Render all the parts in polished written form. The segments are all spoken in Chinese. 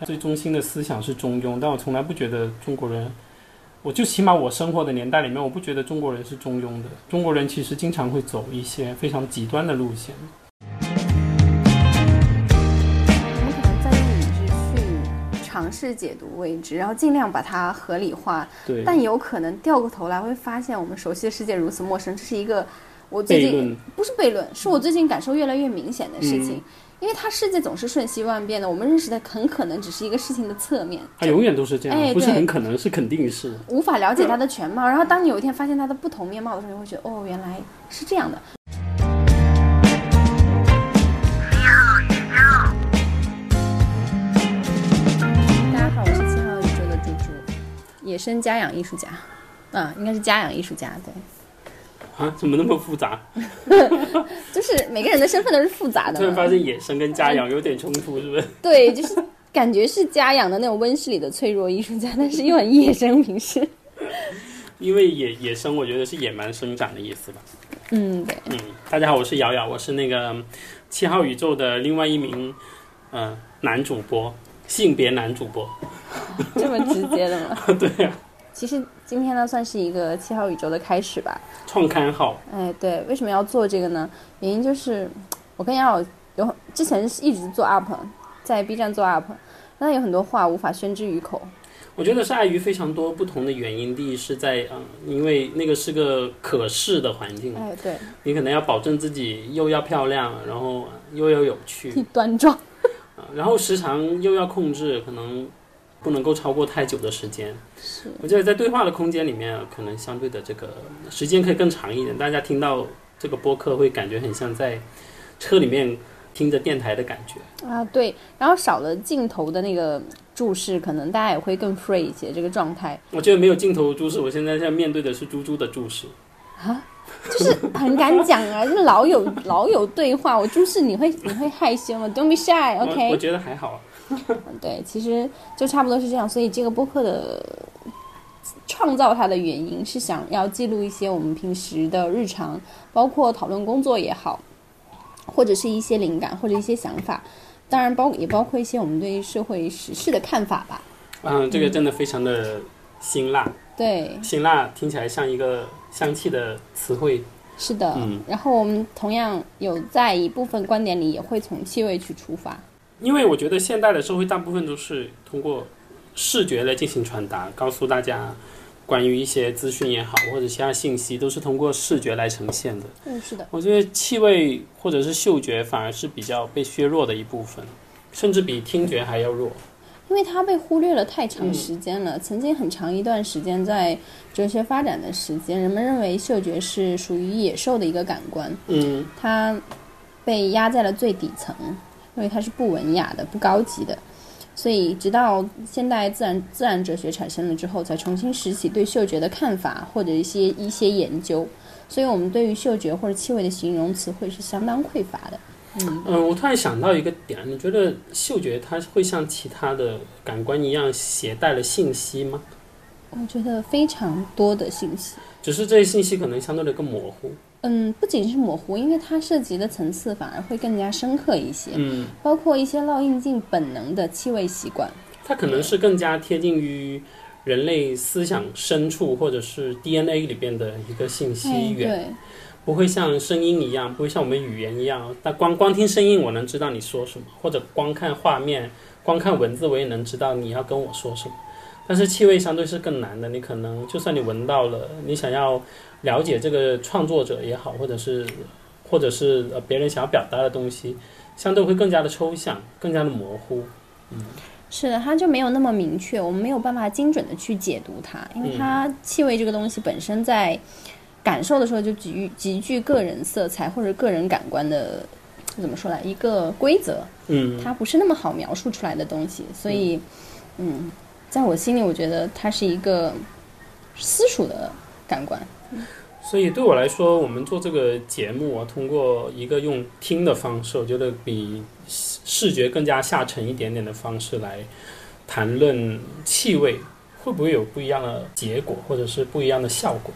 最中心的思想是中庸，但我从来不觉得中国人，我就起码我生活的年代里面，我不觉得中国人是中庸的。中国人其实经常会走一些非常极端的路线。 我们可能在用理智去尝试解读未知，然后尽量把它合理化。 对。 但有可能掉过头来会发现我们熟悉的世界如此陌生，这是一个我最近不是悖论，是我最近感受越来越明显的事情。因为它世界总是瞬息万变的，我们认识的很可能只是一个事情的侧面， 它永远都是这样，不是很可能，是肯定是无法了解它的全貌。然后当你有一天发现它的不同面貌的时候，你会觉得哦，原来是这样的。大家好，我是7号宇宙的猪猪，野生家养艺术家，应该是家养艺术家，对。 啊，怎么那么复杂？ 就是每个人的身份都是复杂的。 突然发现野生跟家养有点冲突，是不是？ 对，就是感觉是家养的那种温室里的脆弱艺术家，但是又很野生平时。 因为野生，我觉得是野蛮生长的意思吧。 对。 大家好，我是瑶瑶，我是那个7号宇宙的另外一名男主播，性别男主播。 这么直接的吗？ 对呀。 其实今天呢，算是一个7号宇宙的开始吧。 创刊号。 对，为什么要做这个呢？原因就是我跟瑶瑶之前是一直做 UP， 在 B 站做 UP， 但有很多话无法宣之于口。 我觉得是碍于非常多不同的原因。第一是在因为那个是个可视的环境， 对， 你可能要保证自己又要漂亮，然后又要有趣， 端庄， 然后时长又要控制，可能不能够超过太久的时间。 是， 我觉得在对话的空间里面，可能相对的这个时间可以更长一点。大家听到这个播客会感觉很像在车里面听着电台的感觉对，然后少了镜头的那个注视，可能大家也会更 free 一些这个状态。 我觉得没有镜头注视，我现在面对的是猪猪的注视就是很敢讲啊，就是老有对话，我注视你会害羞吗？ Don't be shy, OK？ 我觉得还好。 对，其实就差不多是这样。所以这个播客的创造它的原因是想要记录一些我们平时的日常，包括讨论工作也好，或者是一些灵感或者一些想法，当然也包括一些我们对社会时事的看法吧。 这个真的非常的辛辣。 对， 辛辣听起来像一个香气的词汇。 是的。然后我们同样有在一部分观点里也会从气味去出发， 因为我觉得现代的社会大部分都是通过视觉来进行传达，告诉大家关于一些资讯也好，或者其他信息都是通过视觉来呈现的。 是的。 我觉得气味或者是嗅觉反而是比较被削弱的一部分，甚至比听觉还要弱。 因为它被忽略了太长时间了。曾经很长一段时间，在哲学发展的时间，人们认为嗅觉是属于野兽的一个感官，它被压在了最底层，因为它是不文雅的、不高级的。所以直到现代自然哲学产生了之后，才重新拾起对嗅觉的看法或者一些研究。所以我们对于嗅觉或者气味的形容词汇是相当匮乏的。 我突然想到一个点，你觉得嗅觉它会像其他的感官一样携带了信息吗？ 我觉得非常多的信息， 只是这些信息可能相对的更模糊。 不仅是模糊，因为它涉及的层次反而会更加深刻一些。包括一些烙印进本能的气味习惯， 它可能是更加贴近于人类思想深处或者是 DNA 里边的一个信息源。 对， 不会像声音一样，不会像我们语言一样，但光听声音我能知道你说什么，或者光看画面、光看文字我也能知道你要跟我说什么。但是气味相对是更难的，你可能就算你闻到了，你想要了解这个创作者也好，或者是别人想要表达的东西，相对会更加的抽象，更加的模糊。 是的，它就没有那么明确，我们没有办法精准的去解读它，因为它气味这个东西本身在感受的时候就极具个人色彩或者个人感官的怎么说来一个规则，它不是那么好描述出来的东西，所以在我心里我觉得它是一个私属的感官。 所以对我来说，我们做这个节目通过一个用听的方式，我觉得比视觉更加下沉一点点的方式来谈论气味，会不会有不一样的结果或者是不一样的效果？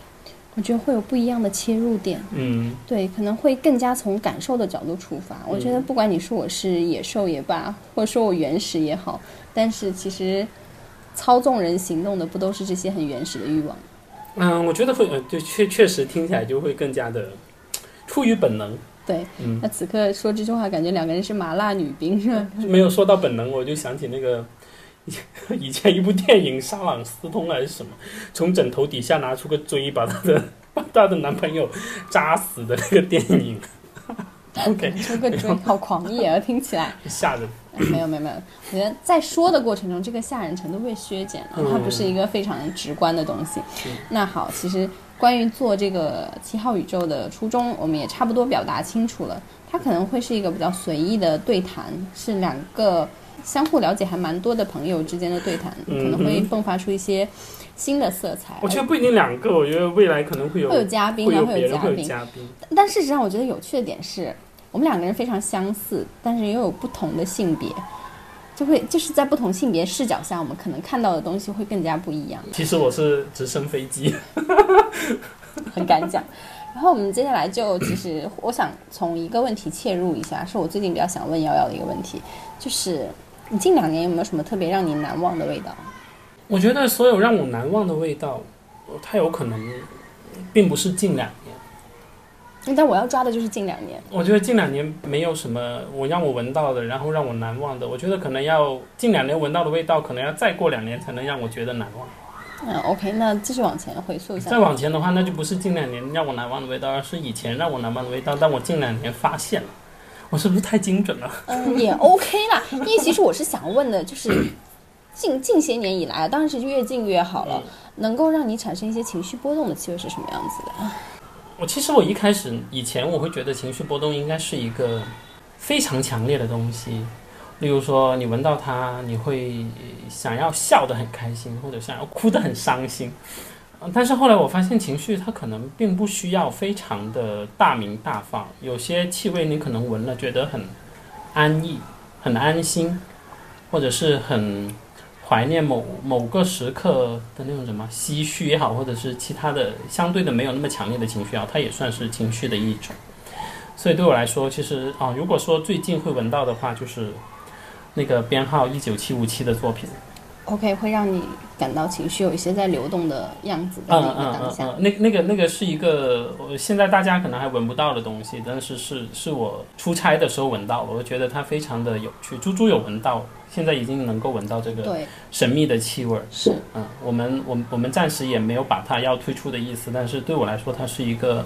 我觉得会有不一样的切入点。对，可能会更加从感受的角度出发。我觉得不管你说我是野兽也罢，或者说我原始也好，但是其实操纵人行动的不都是这些很原始的欲望？ 我觉得会，对，确实听起来就会更加的出于本能。 对，那此刻说这句话，感觉两个人是麻辣女兵是吧？ 没有说到本能，我就想起那个以前一部电影《沙朗斯通》还是什么，从枕头底下拿出个锥，把她的男朋友扎死的那个电影。OK， 出个锥，好狂野啊，听起来吓人。 没有，我觉得在说的过程中，这个吓人程度被削减了，它不是一个非常直观的东西。那好，其实关于做这个7号宇宙的初衷，我们也差不多表达清楚了。它可能会是一个比较随意的对谈，是两个相互了解还蛮多的朋友之间的对谈，可能会迸发出一些新的色彩。 我觉得不一定两个，我觉得未来可能会有嘉宾， 会有别人， 会有嘉宾。 但事实上，我觉得有趣的点是，我们两个人非常相似，但是又有不同的性别，就是在不同性别视角下，我们可能看到的东西会更加不一样。 其实我是直升飞机， 很敢讲。然后我们接下来其实我想从一个问题切入一下，是我最近比较想问瑶瑶的一个问题，就是你近2年有没有什么特别让你难忘的味道？ 我觉得所有让我难忘的味道，它有可能并不是近2年。 但我要抓的就是近2年。 我觉得近2年没有什么让我闻到的，然后让我难忘的。我觉得可能要近2年闻到的味道，可能要再过2年才能让我觉得难忘。 OK， 那继续往前回溯一下。 再往前的话，那就不是近2年让我难忘的味道，而是以前让我难忘的味道，但我近2年发现了。我是不是太精准了？ 也 OK 啦，因为其实我是想问的，就是近些年以来，当然是越近越好了，能够让你产生一些情绪波动的气味是什么样子的？ 其实以前我会觉得情绪波动应该是一个非常强烈的东西，例如说你闻到它，你会想要笑得很开心，或者想要哭得很伤心。但是后来我发现情绪它可能并不需要非常的大鸣大放，有些气味你可能闻了觉得很安逸很安心，或者是很怀念某个时刻的那种什么唏嘘也好，或者是其他的相对的没有那么强烈的情绪也好，它也算是情绪的一种。所以对我来说，其实如果说最近会闻到的话，就是那个编号19757的作品。 OK， 会让你感到情绪有一些在流动的样子的那个当下。 那个是一个现在大家可能还闻不到的东西，但是是我出差的时候闻到了，我觉得它非常的有趣。猪猪有闻到，现在已经能够闻到这个神秘的气味。 是， 我们暂时也没有把它要推出的意思，但是对我来说，它是一个，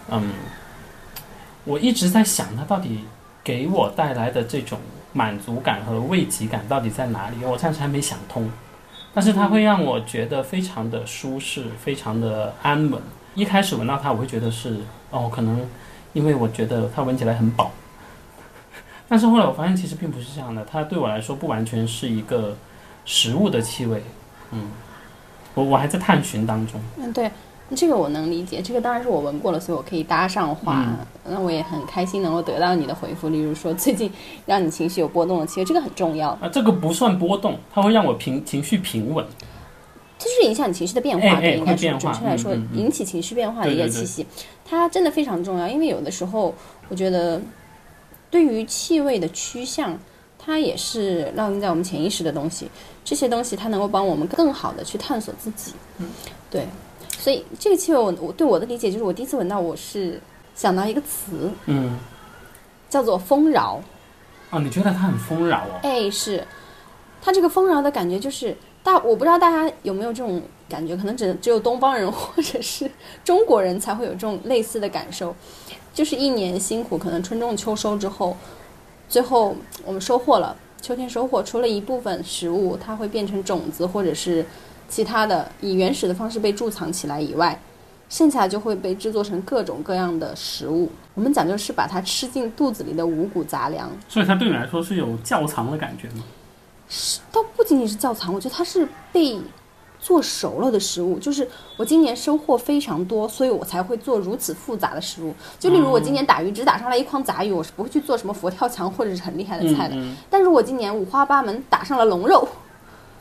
我一直在想它到底给我带来的这种满足感和慰藉感到底在哪里，我暂时还没想通。但是它会让我觉得非常的舒适，非常的安稳。一开始闻到它，我会觉得是可能因为我觉得它闻起来很饱，但是后来我发现其实并不是这样的，它对我来说不完全是一个食物的气味。我还在探寻当中。 对，这个我能理解，这个当然是我闻过了，所以我可以搭上话。那我也很开心能够得到你的回复，例如说最近让你情绪有波动的气味，这个很重要。 这个不算波动，它会让我情绪平稳， 这就是影响你情绪的变化。对，应该说准确来说，引起情绪变化的一个气息，它真的非常重要。因为有的时候我觉得对于气味的趋向，它也是烙印在我们潜意识的东西，这些东西它能够帮我们更好的去探索自己。对，所以这个气味我对我的理解就是，我第一次闻到我是想到一个词，叫做丰饶。 你觉得它很丰饶哦？ 是，它这个丰饶的感觉就是我不知道大家有没有这种感觉，可能只有东方人或者是中国人才会有这种类似的感受，就是一年辛苦，可能春种秋收之后，最后我们收获了，秋天收获，除了一部分食物它会变成种子或者是其他的以原始的方式被贮藏起来以外，剩下就会被制作成各种各样的食物，我们讲究是把它吃进肚子里的五谷杂粮。 所以它对你来说是有窖藏的感觉吗？ 它不仅仅是窖藏，我觉得它是被做熟了的食物，就是我今年收获非常多，所以我才会做如此复杂的食物。就例如我今年打鱼只打上来一筐杂鱼，我是不会去做什么佛跳墙或者是很厉害的菜的。但如果今年五花八门打上了龙肉，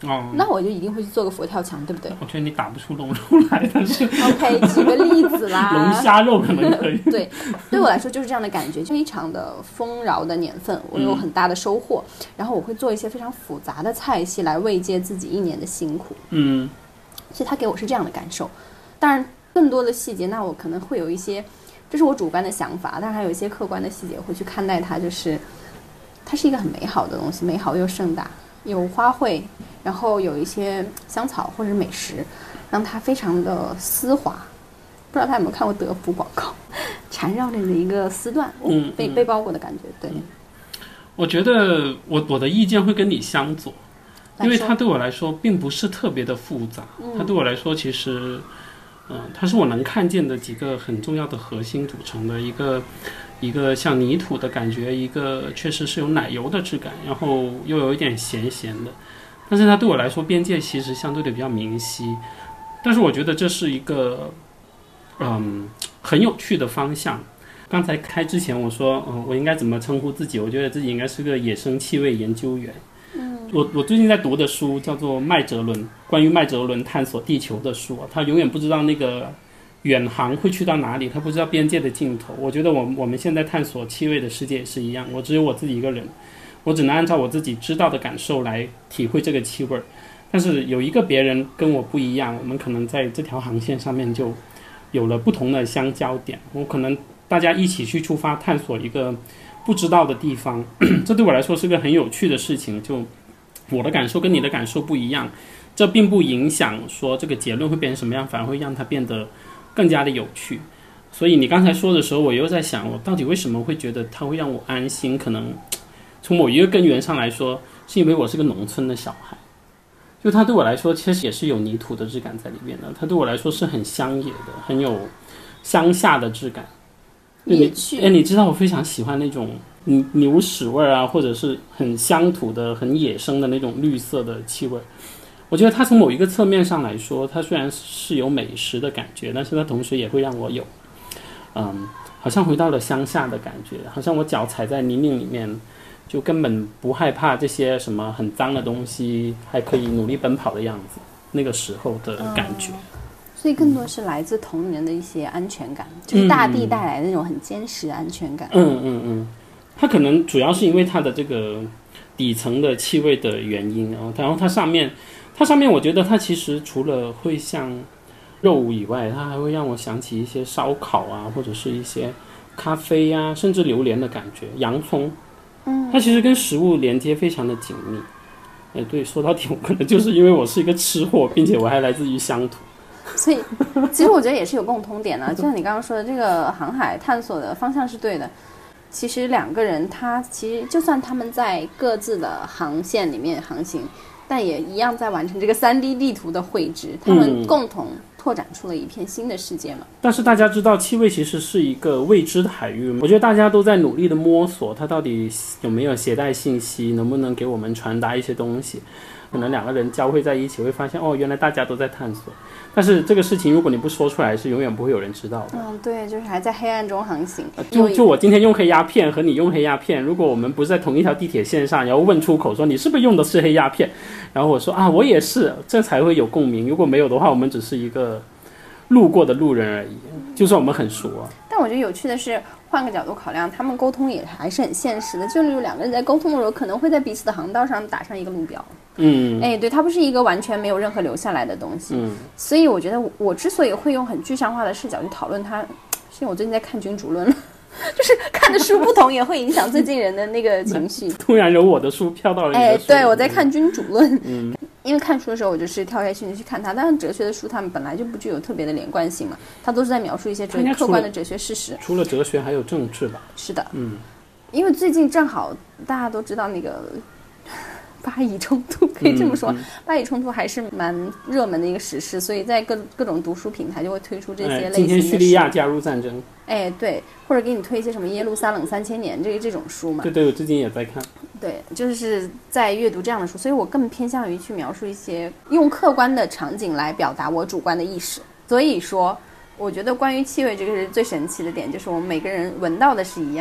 那我就一定会去做个佛跳墙，对不对？ 我觉得你打不出龙肉来，但是 OK 举个例子啦， 龙虾肉可能可以。 对，对我来说就是这样的感觉，非常的丰饶的年份，我有很大的收获，然后我会做一些非常复杂的菜系来慰藉自己一年的辛苦。所以他给我是这样的感受。当然更多的细节，那我可能会有一些，这是我主观的想法，但是还有一些客观的细节会去看待它，就是它是一个很美好的东西，美好又盛大，有花卉，然后有一些香草或者美食，让它非常的丝滑。不知道他有没有看过德芙广告，缠绕着你的一个丝段，被包裹的感觉。对， 我觉得我的意见会跟你相左，因为它对我来说并不是特别的复杂，它对我来说其实，它是我能看见的几个很重要的核心组成的一个像泥土的感觉，一个确实是有奶油的质感，然后又有一点咸咸的，但是它对我来说边界其实相对的比较明晰，但是我觉得这是一个很有趣的方向。刚才开之前我说，我应该怎么称呼自己？我觉得自己应该是个野生气味研究员。我最近在读的书叫做麦哲伦，关于麦哲伦探索地球的书，他永远不知道那个远航会去到哪里，他不知道边界的尽头。我觉得我们现在探索气味的世界也是一样，我只有我自己一个人，我只能按照我自己知道的感受来体会这个气味，但是有一个别人跟我不一样，我们可能在这条航线上面就有了不同的相交点，我可能大家一起去出发探索一个不知道的地方这对我来说是个很有趣的事情，就我的感受跟你的感受不一样，这并不影响说这个结论会变成什么样，反而会让它变得更加的有趣。所以你刚才说的时候，我又在想，我到底为什么会觉得它会让我安心，可能从某一个根源上来说，是因为我是个农村的小孩，就它对我来说其实也是有泥土的质感在里面的，它对我来说是很乡野的，很有乡下的质感。你知道我非常喜欢那种牛屎味啊，或者是很乡土的很野生的那种绿色的气味。我觉得它从某一个侧面上来说，它虽然是有美食的感觉，但是它同时也会让我有好像回到了乡下的感觉，好像我脚踩在泥泞里面，就根本不害怕这些什么很脏的东西，还可以努力奔跑的样子，那个时候的感觉。 所以更多是来自童年的一些安全感，就是大地带来的那种很坚实的安全感。 它可能主要是因为它的这个底层的气味的原因，然后它上面我觉得它其实除了会像肉以外，它还会让我想起一些烧烤啊，或者是一些咖啡啊，甚至榴莲的感觉，洋葱。它其实跟食物连接非常的紧密。对，说到底我可能就是因为我是一个吃货，并且我还来自于乡土。 所以其实我觉得也是有共通点的，就像你刚刚说的，这个航海探索的方向是对的。其实两个人他其实就算他们在各自的航线里面航行，但也一样在完成这个3D 地图的绘制，他们共同拓展出了一片新的世界嘛。 但是大家知道气味其实是一个未知的海域，我觉得大家都在努力的摸索它到底有没有携带信息，能不能给我们传达一些东西。可能两个人交汇在一起会发现，原来大家都在探索，但是这个事情如果你不说出来，是永远不会有人知道的。 对，就是还在黑暗中航行。 就我今天用黑鸦片和你用黑鸦片，如果我们不是在同一条地铁线上，然后问出口说你是不是用的是黑鸦片，然后我说我也是，这才会有共鸣。如果没有的话，我们只是一个路过的路人而已，就算我们很熟但我觉得有趣的是，换个角度考量，他们沟通也还是很现实的，就例如两个人在沟通的时候，可能会在彼此的航道上打上一个路标。对，它不是一个完全没有任何留下来的东西。所以我觉得我之所以会用很具象化的视角去讨论它，是因为我最近在看君主论了。就是看的书不同也会影响最近人的那个情绪。 突然有我的书飘到了你的书。 对，我在看君主论。因为看书的时候我就是跳下去看它，但是哲学的书它们本来就不具有特别的连贯性嘛，它都是在描述一些客观的哲学事实。 除了哲学还有政治吧。 是的。因为最近正好大家都知道那个巴以冲突，可以这么说，巴以冲突还是蛮热门的一个时事，所以在各种读书平台就会推出这些类型的书。 今天叙利亚加入战争。 对，或者给你推一些什么耶路撒冷3000年这种书嘛。 对，我最近也在看。 对，就是在阅读这样的书，所以我更偏向于去描述一些用客观的场景来表达我主观的意识。所以说我觉得关于气味这个是最神奇的点，就是我们每个人闻到的是一样的，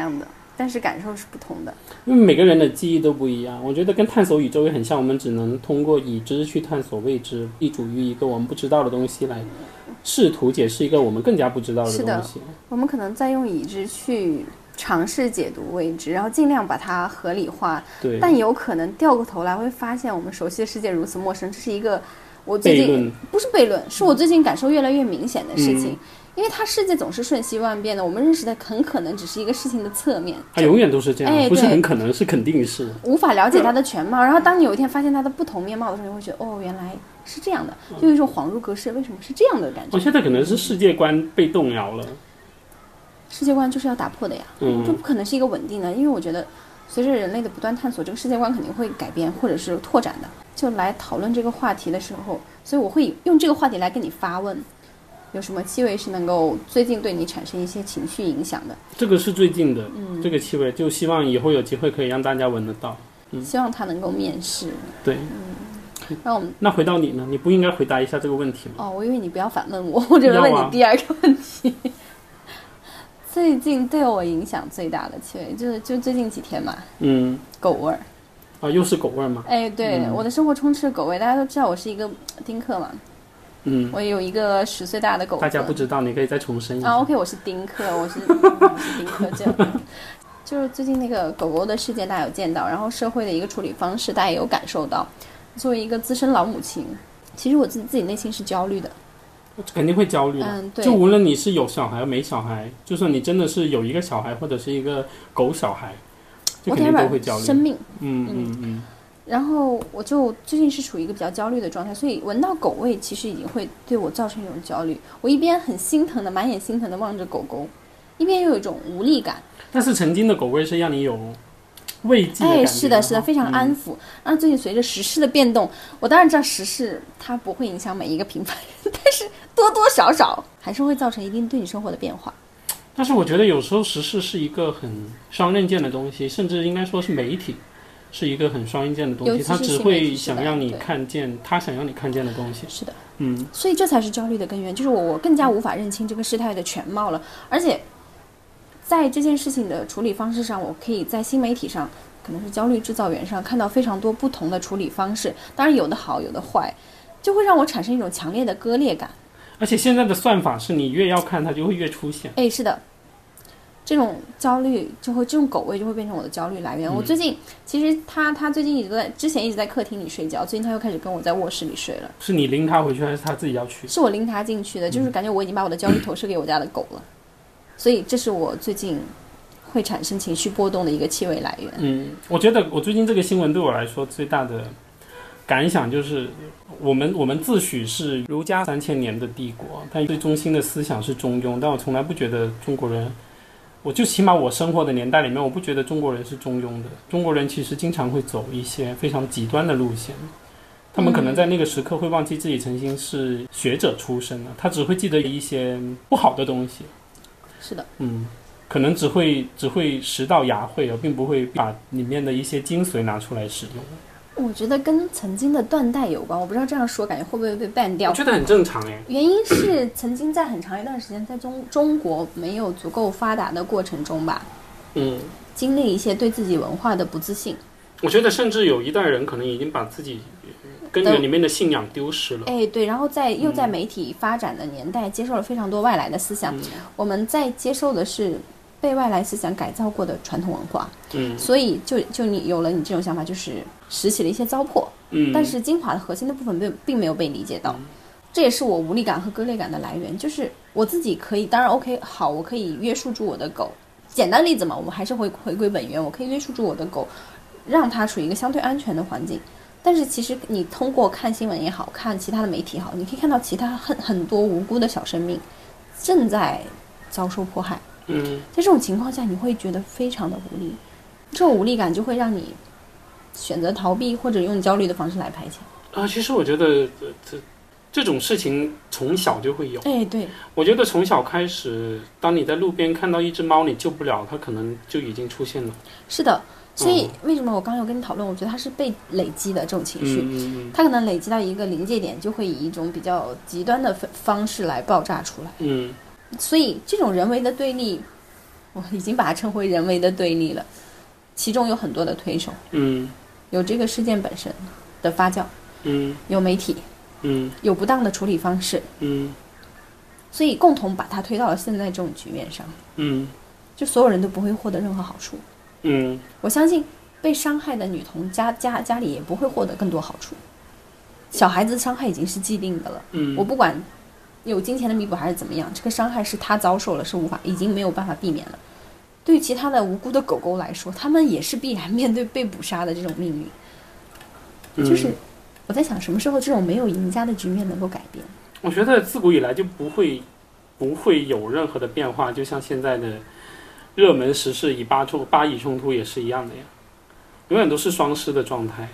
但是感受是不同的。 因为每个人的记忆都不一样，我觉得跟探索宇宙也很像，我们只能通过已知去探索未知，立足于一个我们不知道的东西来试图解释一个我们更加不知道的东西。 是的，我们可能在用已知去尝试解读未知，然后尽量把它合理化。 对， 但有可能掉过头来会发现我们熟悉的世界如此陌生，这是一个我最近不是悖论，是我最近感受越来越明显的事情。因为它世界总是瞬息万变的，我们认识的很可能只是一个事情的侧面， 它永远都是这样，不是很可能，是肯定是无法了解它的全貌。然后当你有一天发现它的不同面貌的时候，你会觉得哦，原来是这样的，就有一种恍如隔世，为什么是这样的感觉？ 我现在可能是世界观被动摇了， 世界观就是要打破的呀，就不可能是一个稳定的，因为我觉得随着人类的不断探索，这个世界观肯定会改变或者是拓展的。就来讨论这个话题的时候，所以我会用这个话题来跟你发问。有什么气味是能够最近对你产生一些情绪影响的？ 这个是最近的，这个气味就希望以后有机会可以让大家闻得到。 希望它能够面世。 对， 那我们那回到你呢？你不应该回答一下这个问题吗？ 哦，我以为你不要反问我，我只问你第二个问题。最近对我影响最大的气味，就最近几天嘛，狗味儿。 啊，又是狗味吗？ 哎，对，我的生活充斥狗味。大家都知道我是一个丁克嘛。我有一个10岁大的狗， 大家不知道，你可以再重申一下。 啊 ，OK， 我是丁克，我是丁克，这样。就是最近那个狗狗的事件，大家有见到，然后社会的一个处理方式，大家也有感受到。作为一个资深老母亲，其实我自己内心是焦虑的， 肯定会焦虑的。 对， 就无论你是有小孩没小孩，就算你真的是有一个小孩或者是一个狗小孩，就肯定都会焦虑。 生命，然后我就最近是处于一个比较焦虑的状态，所以闻到狗味其实已经会对我造成一种焦虑。我一边很心疼的满眼心疼的望着狗狗，一边又有一种无力感。 但是曾经的狗味是让你有慰藉的感觉。 是的，是的，非常安抚。然后最近随着时事的变动，我当然知道时事它不会影响每一个平凡人，但是多多少少还是会造成一定对你生活的变化。 但是我觉得有时候时事是一个很双刃剑的东西，甚至应该说是媒体是一个很双刃剑的东西，它只会想让你看见他想让你看见的东西。 是的，所以这才是焦虑的根源，就是我更加无法认清这个事态的全貌了。而且在这件事情的处理方式上，我可以在新媒体上，可能是焦虑制造源上看到非常多不同的处理方式，当然有的好有的坏，就会让我产生一种强烈的割裂感。而且现在的算法是你越要看它就会越出现。 是的，这种焦虑就会，这种狗味就会变成我的焦虑来源。我最近其实他最近之前一直在客厅里睡觉，最近他又开始跟我在卧室里睡了。 是你拎他回去还是他自己要去？ 是我拎他进去的，就是感觉我已经把我的焦虑投射给我家的狗了，所以这是我最近会产生情绪波动的一个气味来源。 我觉得我最近这个新闻对我来说最大的感想就是我们自诩是儒家3000年的帝国，但最中心的思想是中庸，但我从来不觉得中国人，我就起码我生活的年代里面，我不觉得中国人是中庸的。中国人其实经常会走一些非常极端的路线，他们可能在那个时刻会忘记自己曾经是学者出身的，他只会记得一些不好的东西。 是的， 可能只会食到牙慧，并不会把里面的一些精髓拿出来使用。 我觉得跟曾经的断代有关，我不知道这样说感觉会不会被ban掉。 我觉得很正常原因是曾经在很长一段时间，在中国没有足够发达的过程中吧，经历一些对自己文化的不自信。 我觉得甚至有一代人可能已经把自己根源里面的信仰丢失了。 对，然后又在媒体发展的年代，接受了非常多外来的思想。我们在接受的是被外来思想改造过的传统文化，所以就你有了你这种想法，就是拾起了一些糟粕，但是精华的核心的部分并没有被理解到，这也是我无力感和割裂感的来源。就是我自己可以，当然 OK 好，我可以约束住我的狗，简单例子嘛，我们还是回归本源，我可以约束住我的狗，让它处于一个相对安全的环境。但是其实你通过看新闻也好，看其他的媒体也好，你可以看到其他很多无辜的小生命正在遭受迫害。在这种情况下，你会觉得非常的无力，这种无力感就会让你选择逃避，或者用焦虑的方式来排遣。 其实我觉得这种事情从小就会有。 对， 我觉得从小开始，当你在路边看到一只猫，你救不了它，可能就已经出现了。 是的，所以为什么我刚刚有跟你讨论，我觉得它是被累积的这种情绪，它可能累积到一个临界点，就会以一种比较极端的方式来爆炸出来。所以这种人为的对立我已经把它称为人为的对立了，其中有很多的推手，有这个事件本身的发酵，有媒体，有不当的处理方式，所以共同把它推到了现在这种局面上，就所有人都不会获得任何好处，我相信被伤害的女童家里也不会获得更多好处，小孩子伤害已经是既定的了，我不管有金钱的弥补还是怎么样，这个伤害是他遭受了，是已经没有办法避免了。对于其他的无辜的狗狗来说，他们也是必然面对被捕杀的这种命运。就是我在想，什么时候这种没有赢家的局面能够改变？ 我觉得自古以来就不会有任何的变化，就像现在的热门时事以巴以冲突也是一样的呀，永远都是双失的状态。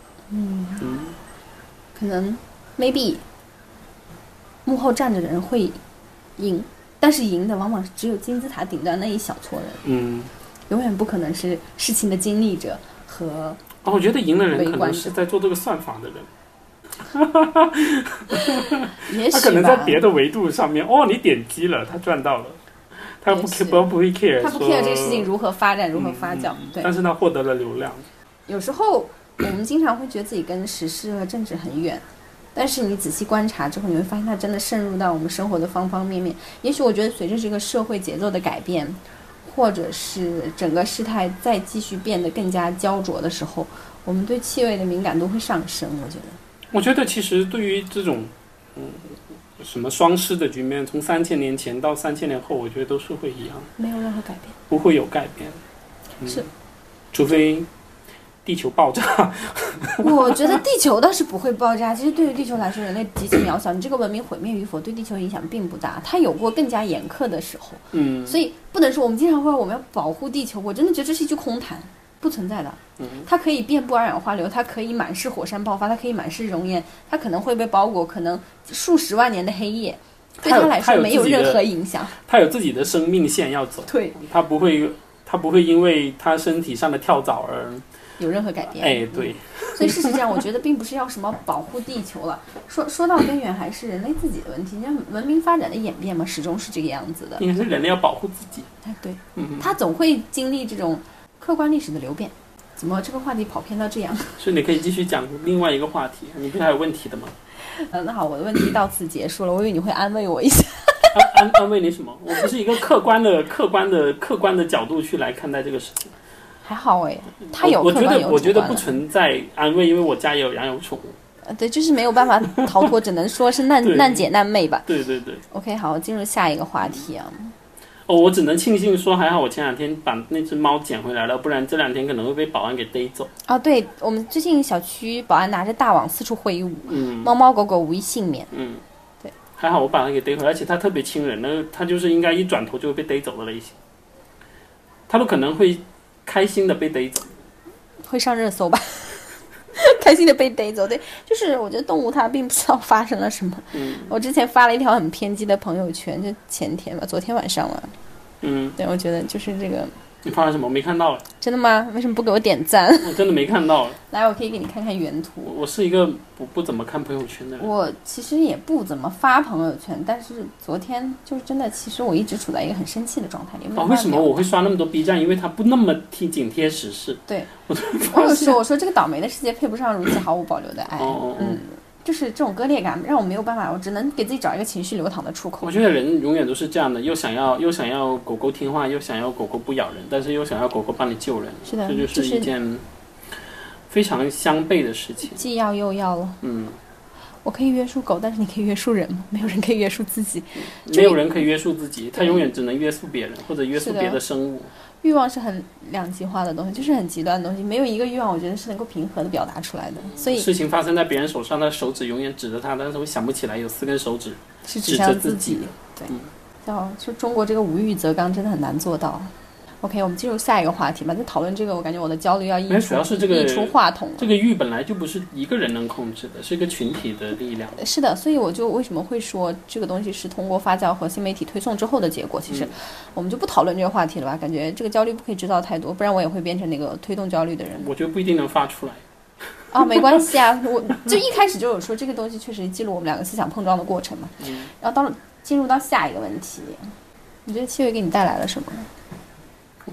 可能 maybe 幕后站着的人会赢，但是赢的往往只有金字塔顶端那一小撮人，永远不可能是事情的经历者和我觉得赢的人可能是在做这个算法的人， 也许吧， 他可能在别的维度上面，你点击了，他赚到了，他不会 care， 他不 care 这个事情如何发展，如何发酵，对， 但是他获得了流量。 有时候我们经常会觉得自己跟时事和政治很远，但是你仔细观察之后，你会发现它真的渗入到我们生活的方方面面。也许我觉得随着这个社会节奏的改变，或者是整个事态再继续变得更加焦灼的时候，我们对气味的敏感度会上升。 我觉得其实对于这种什么双失的局面，从3000年前到3000年后，我觉得都是会一样， 没有任何改变， 不会有改变， 是， 除非地球爆炸。 我觉得地球倒是不会爆炸，其实对于地球来说，人类极其渺小，你这个文明毁灭与否对地球影响并不大，它有过更加严苛的时候，所以不能说我们经常会说我们要保护地球，我真的觉得这是一句空谈，不存在的。它可以遍布二氧化硫，它可以满是火山爆发，它可以满是熔岩，它可能会被包裹可能数十万年的黑夜，对它来说没有任何影响， 它有自己的生命线要走， 对， 它不会因为它身体上的跳蚤而有任何改变。 对， 所以事实上我觉得并不是要什么保护地球了，说到根源还是人类自己的问题，文明发展的演变嘛，始终是这个样子的， 应该是人类要保护自己。 对，它总会经历这种客观历史的流变。怎么这个话题跑偏到这样？ 所以你可以继续讲另外一个话题，你不是还有问题的吗？ 那好，我的问题到此结束了，我以为你会安慰我一下。 安慰你什么？我不是一个客观的角度去来看待这个事情。 还好他有客观有主观的。 我觉得不存在安慰，因为我家也有养有宠物。 对，就是没有办法逃脱，只能说是难姐难妹吧。 对。 OK， 好，进入下一个话题啊。 我只能庆幸说还好我前2天把那只猫捡回来了，不然这2天可能会被保安给逮走。 对，我们最近小区保安拿着大网四处挥舞，猫猫狗狗无一幸免。对， 还好我把它给逮回来，而且它特别亲人，那它就是应该一转头就会被逮走的类型，它都可能会开心的被逮走， 会上热搜吧。开心的被逮走，对，就是我觉得动物它并不知道发生了什么。我之前发了一条很偏激的朋友圈，就前天吧，昨天晚上了。对，我觉得就是这个。 你发了什么？我没看到。 真的吗？为什么不给我点赞？ 我真的没看到。 来，我可以给你看看原图。 我是一个不怎么看朋友圈的人。 我其实也不怎么发朋友圈，但是昨天就是真的，其实我一直处在一个很生气的状态里。 为什么我会刷那么多 B 站？因为它不那么紧贴时事。 对，我说这个倒霉的世界配不上如此毫无保留的爱。就是这种割裂感让我没有办法，我只能给自己找一个情绪流淌的出口。 我觉得人永远都是这样的，又想要狗狗听话，又想要狗狗不咬人，但是又想要狗狗帮你救人。 是的， 这就是一件非常相悖的事情。 既要又要了。我可以约束狗，但是你可以约束人吗？没有人可以约束自己。 没有人可以约束自己，他永远只能约束别人或者约束别的生物。 欲望是很两极化的东西，就是很极端的东西，没有一个欲望我觉得是能够平和的表达出来的。所以事情发生在别人手上，他手指永远指着他，但是我想不起来有4根手指是指向自己。对，就中国这个无欲则刚真的很难做到。OK， 我们进入下一个话题吧。在讨论这个，我感觉我的焦虑要溢出， 主要是这个溢出话筒了。 这个欲本来就不是一个人能控制的，是一个群体的力量。 是的，所以我就为什么会说这个东西是通过发酵和新媒体推送之后的结果。其实我们就不讨论这个话题了吧？感觉这个焦虑不可以制造太多，不然我也会变成那个推动焦虑的人。 我觉得不一定能发出来。 没关系啊，我就一开始就有说这个东西确实记录我们2个思想碰撞的过程嘛。然后进入到下一个问题，你觉得气味给你带来了什么？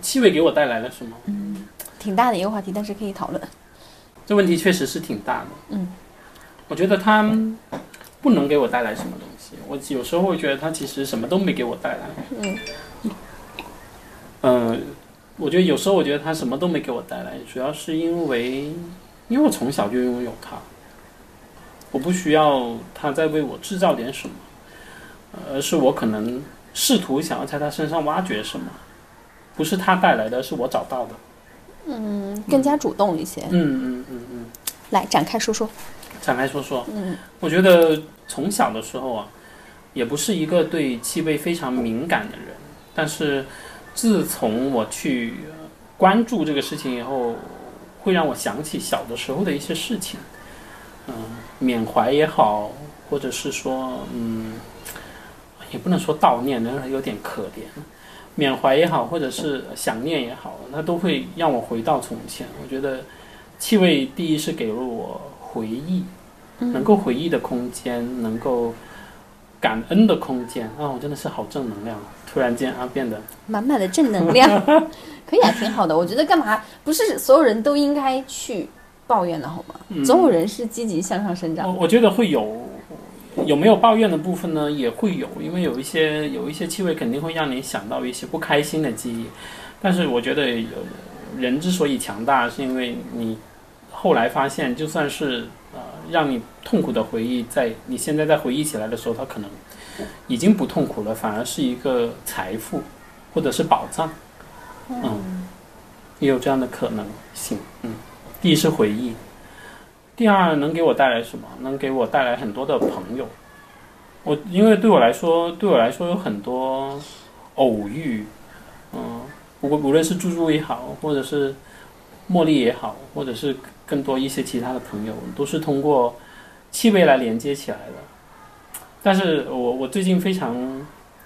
气味给我带来了什么？ 挺大的一个话题，但是可以讨论。 这问题确实是挺大的。我觉得它不能给我带来什么东西。我有时候会觉得它其实什么都没给我带来。我觉得有时候我觉得它什么都没给我带来，主要是因为我从小就拥有它，我不需要它再为我制造点什么，而是我可能试图想要在它身上挖掘什么，不是它带来的，是我找到的。 更加主动一些。来展开说说。我觉得从小的时候啊，也不是一个对气味非常敏感的人，但是自从我去关注这个事情以后，会让我想起小的时候的一些事情，缅怀也好，或者是说也不能说悼念，那有点可怜。缅怀也好，或者是想念也好，它都会让我回到从前。我觉得气味第一是给了我回忆，能够回忆的空间，能够感恩的空间啊！我真的是好正能量，突然间变得满满的正能量，可以啊，挺好的。我觉得干嘛不是所有人都应该去抱怨的好吗？总有人是积极向上生长。 我觉得会有没有抱怨的部分呢？也会有，因为有一些气味肯定会让你想到一些不开心的记忆。但是我觉得人之所以强大，是因为你后来发现，就算是让你痛苦的回忆，在你现在在回忆起来的时候，它可能已经不痛苦了，反而是一个财富或者是宝藏。也有这样的可能性。第一是回忆。第二，能给我带来什么？能给我带来很多的朋友。因为对我来说有很多偶遇，无论是猪猪也好，或者是茉莉也好，或者是更多一些其他的朋友，都是通过气味来连接起来的。但是我最近非常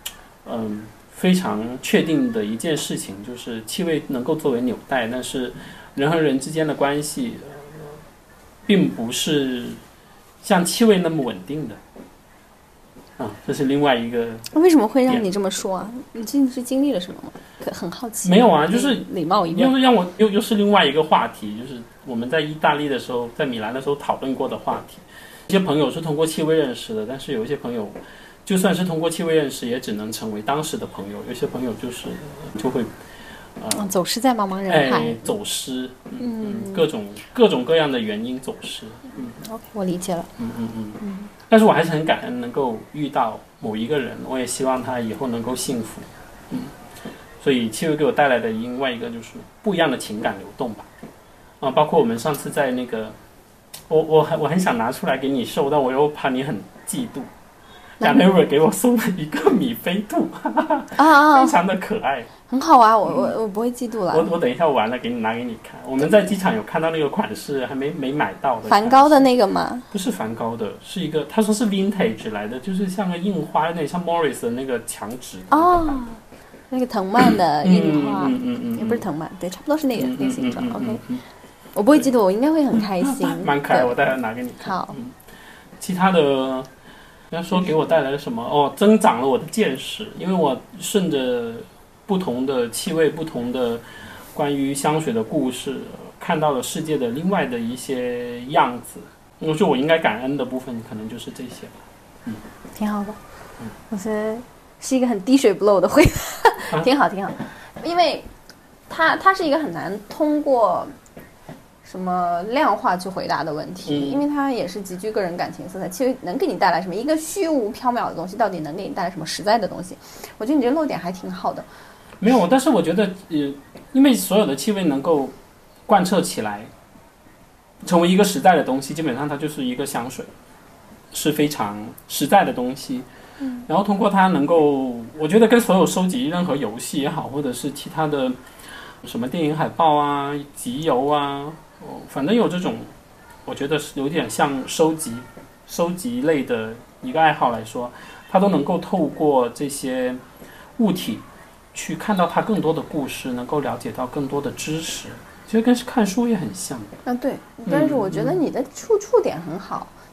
确定的一件事情，就是气味能够作为纽带，但是人和人之间的关系并不是像气味那么稳定的。这是另外一个。 为什么会让你这么说啊？你最近是经历了什么吗？很好奇。 没有啊，就是礼貌一点。 又让我又是另外一个话题，就是我们在意大利的时候，在米兰的时候讨论过的话题。一些朋友是通过气味认识的，但是有一些朋友就算是通过气味认识，也只能成为当时的朋友。有些朋友就会走失在茫茫人海。 走失，各种各样的原因走失。 OK， 我理解了。 但是我还是很感恩能够遇到某一个人，我也希望他以后能够幸福。所以气味给我带来的另外一个就是不一样的情感流动吧。包括我们上次在那个，我很想拿出来给你收，但我又怕你很嫉妒。Janelle 给我送了一个米菲兔，非常的可爱， 很好啊，我不会嫉妒了。 我等一下完了拿给你看。我们在机场有看到那个款式，还没买到的。 梵高的那个吗？ 不是梵高的，是一个他说是 vintage 来的，就是像个印花，有点像 Morris 的那个墙纸。 那个藤蔓的印花，也不是藤蔓，对，差不多是那个形状。OK， 我不会嫉妒，我应该会很开心。 蛮可爱，我待会拿给你看。 好， 其他的。要说给我带来了什么？增长了我的见识，因为我顺着不同的气味、不同的关于香水的故事，看到了世界的另外的一些样子。我觉得我应该感恩的部分，可能就是这些吧。 挺好的。我觉得是一个很滴水不漏的回答，挺好。因为它是一个很难通过什么量化去回答的问题，因为它也是极具个人感情色彩。其实能给你带来什么？一个虚无缥缈的东西，到底能给你带来什么实在的东西？我觉得你这个漏点还挺好的。 没有，但是我觉得，因为所有的气味能够贯彻起来，成为一个实在的东西，基本上它就是一个香水，是非常实在的东西。然后通过它能够，我觉得跟所有收集任何游戏也好，或者是其他的什么电影海报啊、集邮啊。反正有这种，我觉得是有点像收集类的一个爱好来说，它都能够透过这些物体去看到它更多的故事，能够了解到更多的知识。其实跟看书也很像。 对，但是我觉得你的触点很好，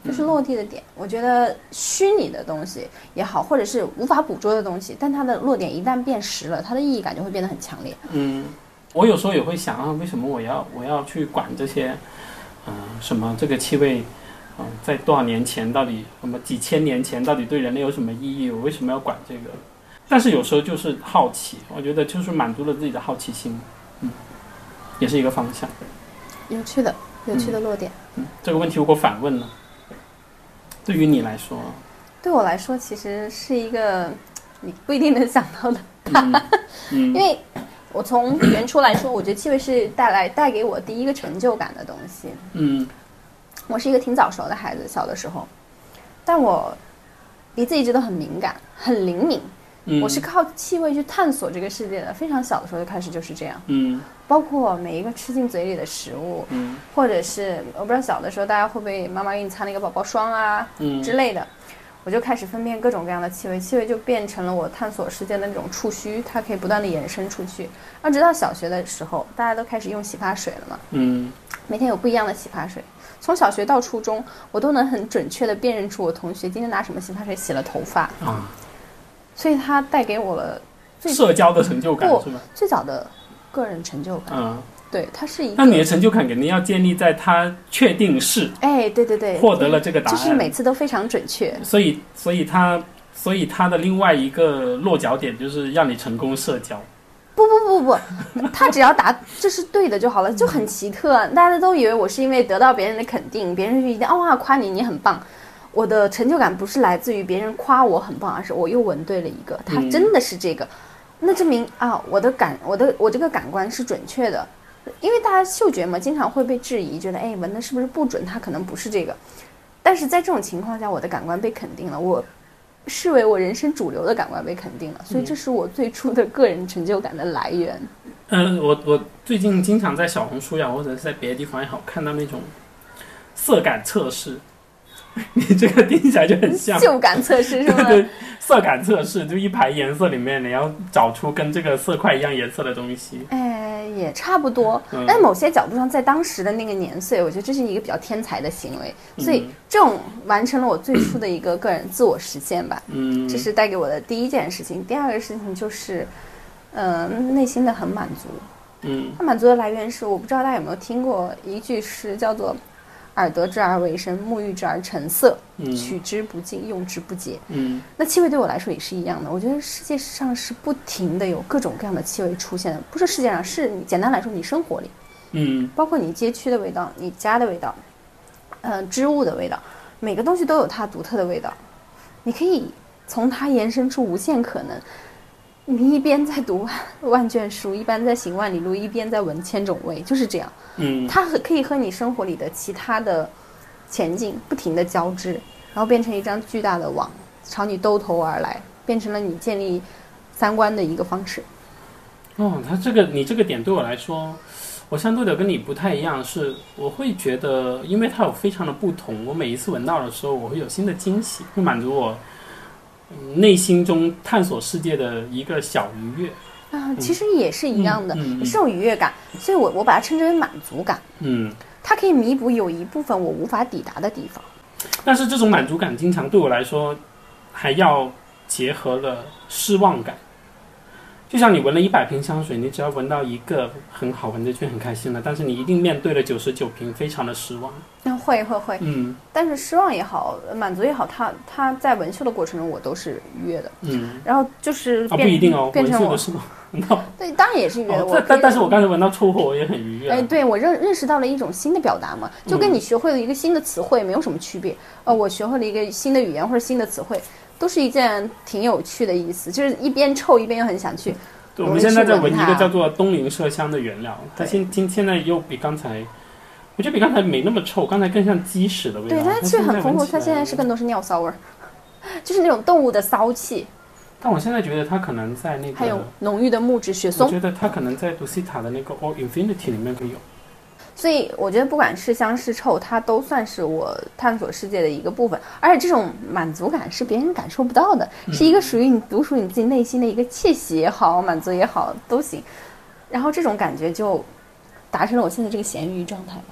就是落地的点。我觉得虚拟的东西也好，或者是无法捕捉的东西，但它的落点一旦变实了，它的意义感就会变得很强烈。 我有时候也会想啊，为什么我要去管这些，什么这个气味，在多少年前到底什么几千年前到底对人类有什么意义？我为什么要管这个？但是有时候就是好奇，我觉得就是满足了自己的好奇心，也是一个方向。 有趣的落点。 这个问题如果反问呢？对于你来说， 对我来说其实是一个你不一定能想到的答案，因为我从原初来说，我觉得气味是带给我第一个成就感的东西。我是一个挺早熟的孩子，小的时候，但我鼻子一直都很敏感，很灵敏。我是靠气味去探索这个世界的，非常小的时候就开始就是这样。包括每一个吃进嘴里的食物，或者是我不知道小的时候大家会不会妈妈给你擦那个宝宝霜啊之类的，我就开始分辨各种各样的气味，气味就变成了我探索世界的那种触须，它可以不断的延伸出去。然后直到小学的时候，大家都开始用洗发水了嘛，每天有不一样的洗发水。从小学到初中，我都能很准确的辨认出我同学今天拿什么洗发水洗了头发所以它带给我了社交的成就感，是吧？ 最早的个人成就感。对，它是一个。 那你的成就感肯定要建立在它确定是，对，获得了这个答案， 就是每次都非常准确。 所以它的另外一个落脚点就是让你成功社交。 不，他只要答这是对的就好了，就很奇特。大家都以为我是因为得到别人的肯定，别人就一定哇夸你很棒。我的成就感不是来自于别人夸我很棒，而是我又闻对了一个，它真的是这个，那证明我这个感官是准确的。因为大家嗅觉嘛，经常会被质疑，觉得闻的是不是不准，它可能不是这个。但是在这种情况下，我的感官被肯定了，我视为我人生主流的感官被肯定了，所以这是我最初的个人成就感的来源。 我最近经常在小红书呀，或者是在别的地方也好，看到那种色感测试。你这个听起来就很像嗅感测试是吗？ 对，色感测试就一排颜色里面你要找出跟这个色块一样颜色的东西。 也差不多。但某些角度上，在当时的那个年岁，我觉得这是一个比较天才的行为，所以这种完成了我最初的一个个人自我实现吧。这是带给我的第一件事情。第二个事情就是内心的很满足。它满足的来源是，我不知道大家有没有听过一句诗，叫做耳得之而为声，目遇之而成色，取之不尽，用之不竭。那气味对我来说也是一样的。我觉得世界上是不停的有各种各样的气味出现的，不是世界上，是你简单来说，你生活里，包括你街区的味道，你家的味道，织物的味道，每个东西都有它独特的味道，你可以从它延伸出无限可能。你一边在读万卷书，一边在行万里路，一边在闻千种味，就是这样。它可以和你生活里的其他的前进不停的交织，然后变成一张巨大的网，朝你兜头而来，变成了你建立三观的一个方式。 你这个点对我来说，我相对的跟你不太一样，是我会觉得，因为它有非常的不同，我每一次闻到的时候，我会有新的惊喜，会满足我内心中探索世界的一个小愉悦。 其实也是一样的，也是种愉悦感，所以我把它称之为满足感。它可以弥补有一部分我无法抵达的地方。 但是这种满足感经常对我来说还要结合了失望感。就像你闻了100瓶香水，你只要闻到一个很好闻的就很开心了，但是你一定面对了99瓶非常的失望。 会，但是失望也好，满足也好，它在闻嗅的过程中我都是愉悦的。然后就是不一定变成我是吗？ 对，当然也是愉悦的。 但是我刚才闻到臭货，我也很愉悦。 对，我认识到了一种新的表达嘛，就跟你学会了一个新的词汇没有什么区别。我学会了一个新的语言或者新的词汇，都是一件挺有趣的意思，就是一边臭一边又很想去。 对，我们现在在闻一个叫做东林麝香的原料，它现在又比刚才，我觉得比刚才没那么臭，刚才更像鸡屎的味道。 对，它气很丰富，它现在是更多是尿骚味儿，就是那种动物的骚气。 但我现在觉得它可能在那个还有浓郁的木质雪松， 我觉得它可能在 Dusita 的那个 All Infinity 里面会有。 所以我觉得不管是香是臭，它都算是我探索世界的一个部分，而且这种满足感是别人感受不到的，是一个属于你独属你自己内心的一个窃喜也好，满足也好都行。然后这种感觉就达成了我现在这个咸鱼状态吧。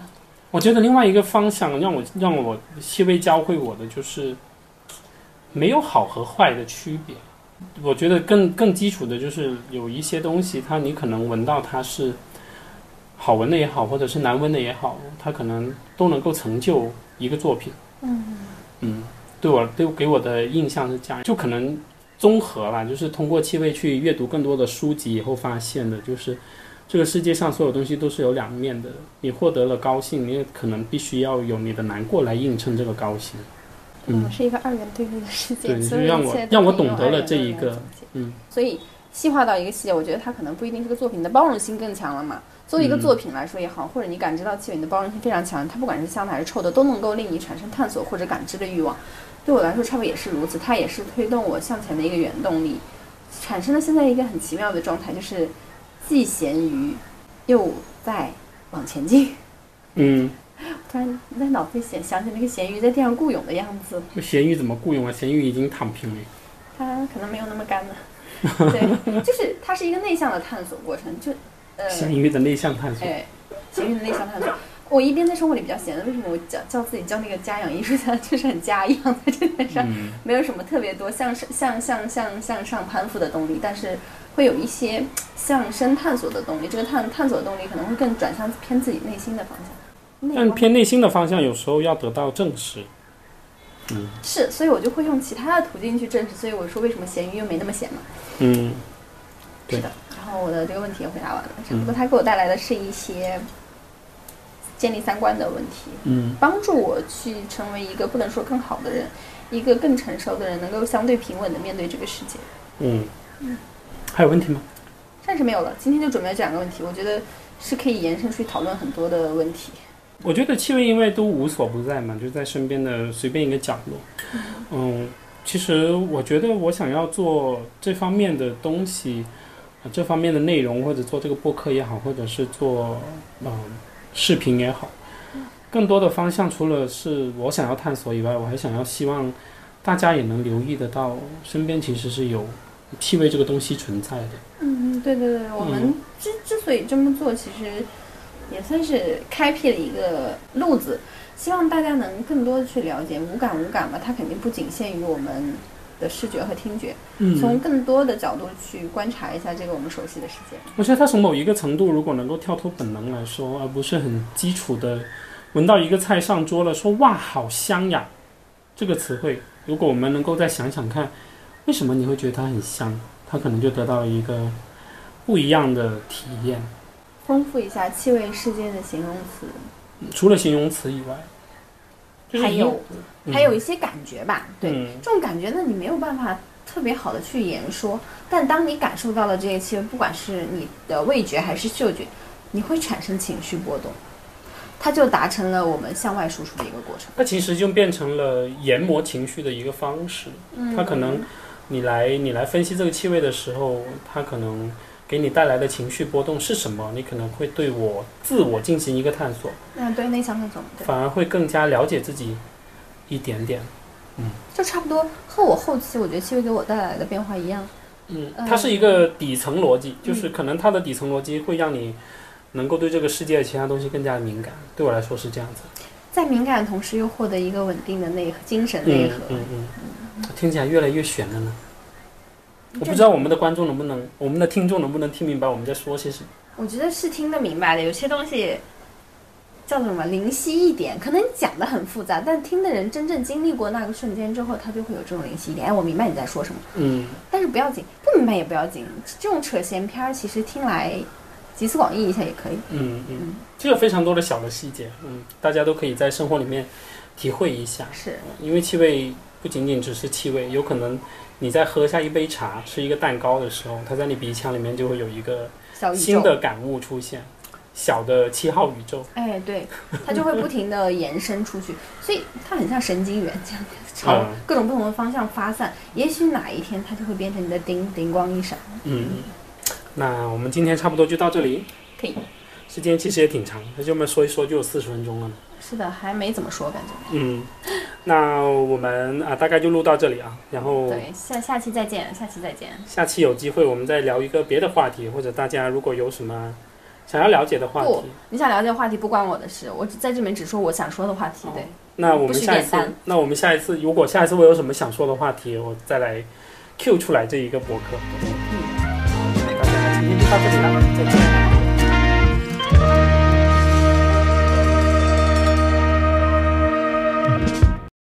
我觉得另外一个方向让我气味教会我的就是没有好和坏的区别。我觉得更基础的就是有一些东西，你可能闻到它是好闻的也好，或者是难闻的也好，它可能都能够成就一个作品。给我的印象是这样，就可能综合啦，就是通过气味去阅读更多的书籍以后发现的，就是这个世界上所有东西都是有两面的。你获得了高兴，你也可能必须要有你的难过来映衬这个高兴。 是一个二元对立的世界， 对，就让我懂得了这一个。 所以细化到一个细节，我觉得它可能不一定这个作品的包容性更强了嘛。作为一个作品来说也好，或者你感知到气味，你的包容性非常强，它不管是香的还是臭的，都能够令你产生探索或者感知的欲望。对我来说，差不多也是如此，它也是推动我向前的一个原动力，产生了现在一个很奇妙的状态，就是既咸鱼又在往前进。突然在脑子里想起那个咸鱼在地上雇泳的样子。 咸鱼怎么雇泳啊？咸鱼已经躺平了。 它可能没有那么干了。对，就是它是一个内向的探索过程， 咸鱼的内向探索。 咸鱼的内向探索。我一边在生活里比较闲的，为什么我叫自己教那个家养艺术家，就是很家一样，在这点上没有什么特别多向上攀附的动力，但是会有一些向深探索的动力。这个探索的动力可能会更转向偏自己内心的方向。 但偏内心的方向有时候要得到证实。 是，所以我就会用其他的途径去证实。所以我说为什么咸鱼又没那么咸嘛。 对。 是的。然后我的这个问题也回答完了，只不过它给我带来的是一些建立三观的问题，帮助我去成为一个不能说更好的人，一个更成熟的人，能够相对平稳的面对这个世界。 还有问题吗？ 暂时没有了，今天就准备这两个问题，我觉得是可以延伸去讨论很多的问题。 我觉得气味因为都无所不在嘛，就在身边的随便一个角落。其实我觉得我想要做这方面的东西，这方面的内容，或者做这个播客也好，或者是做视频也好，更多的方向除了是我想要探索以外，我还想要希望大家也能留意得到身边其实是有气味这个东西存在的。 对，我们之所以这么做，其实也算是开辟了一个路子，希望大家能更多的去了解无感嘛，它肯定不仅限于我们的视觉和听觉，从更多的角度去观察一下这个我们熟悉的世界。 我觉得它从某一个程度，如果能够跳脱本能来说，而不是很基础的闻到一个菜上桌了，说哇好香呀，这个词汇，如果我们能够再想想看，为什么你会觉得它很香，它可能就得到了一个不一样的体验。 丰富一下气味世界的形容词， 除了形容词以外， 还有一些感觉吧。对，这种感觉呢，你没有办法特别好的去言说，但当你感受到了这些气味，不管是你的味觉还是嗅觉，你会产生情绪波动，它就达成了我们向外输出的一个过程。 它其实就变成了研磨情绪的一个方式。它可能你来分析这个气味的时候，它可能给你带来的情绪波动是什么？你可能会对自我进行一个探索。 对，内向探索， 反而会更加了解自己一点。 就差不多和我后期我觉得气味给我带来的变化一样。 它是一个底层逻辑，就是可能它的底层逻辑会让你能够对这个世界的其他东西更加敏感。对我来说是这样子， 在敏感的同时又获得一个稳定的精神内核。 听起来越来越玄了呢。我不知道我们的观众我们的听众能不能听明白我们在说些什么。 我觉得是听得明白的，有些东西叫做什么灵犀一点，可能讲得很复杂，但听的人真正经历过那个瞬间之后，他就会有这种灵犀一点。我明白你在说什么。但是不要紧，不明白也不要紧，这种扯闲篇其实听来集思广益一下也可以。 这有非常多的小的细节，大家都可以在生活里面体会一下。 是， 因为气味不仅仅只是气味，有可能你在喝下一杯茶、吃一个蛋糕的时候，它在你鼻腔里面就会有一个新的感悟出现，小的7号宇宙。 对，它就会不停的延伸出去，所以它很像神经元这样朝各种不同的方向发散。也许哪一天它就会变成你的叮光一闪。 那我们今天差不多就到这里。 可以。 时间其实也挺长，那就这么说一说就有40分钟了呢。 是的，还没怎么说感觉。 那我们大概就录到这里啊，然后对，下期再见。 下期有机会我们再聊一个别的话题，或者大家如果有什么想要了解的话题。 不，你想了解的话题不关我的事，我在这里面只说我想说的话题。对， 那我们下一次，如果下一次我有什么想说的话题，我再来 Q 出来这一个博客。大家今天就到这里了，再见。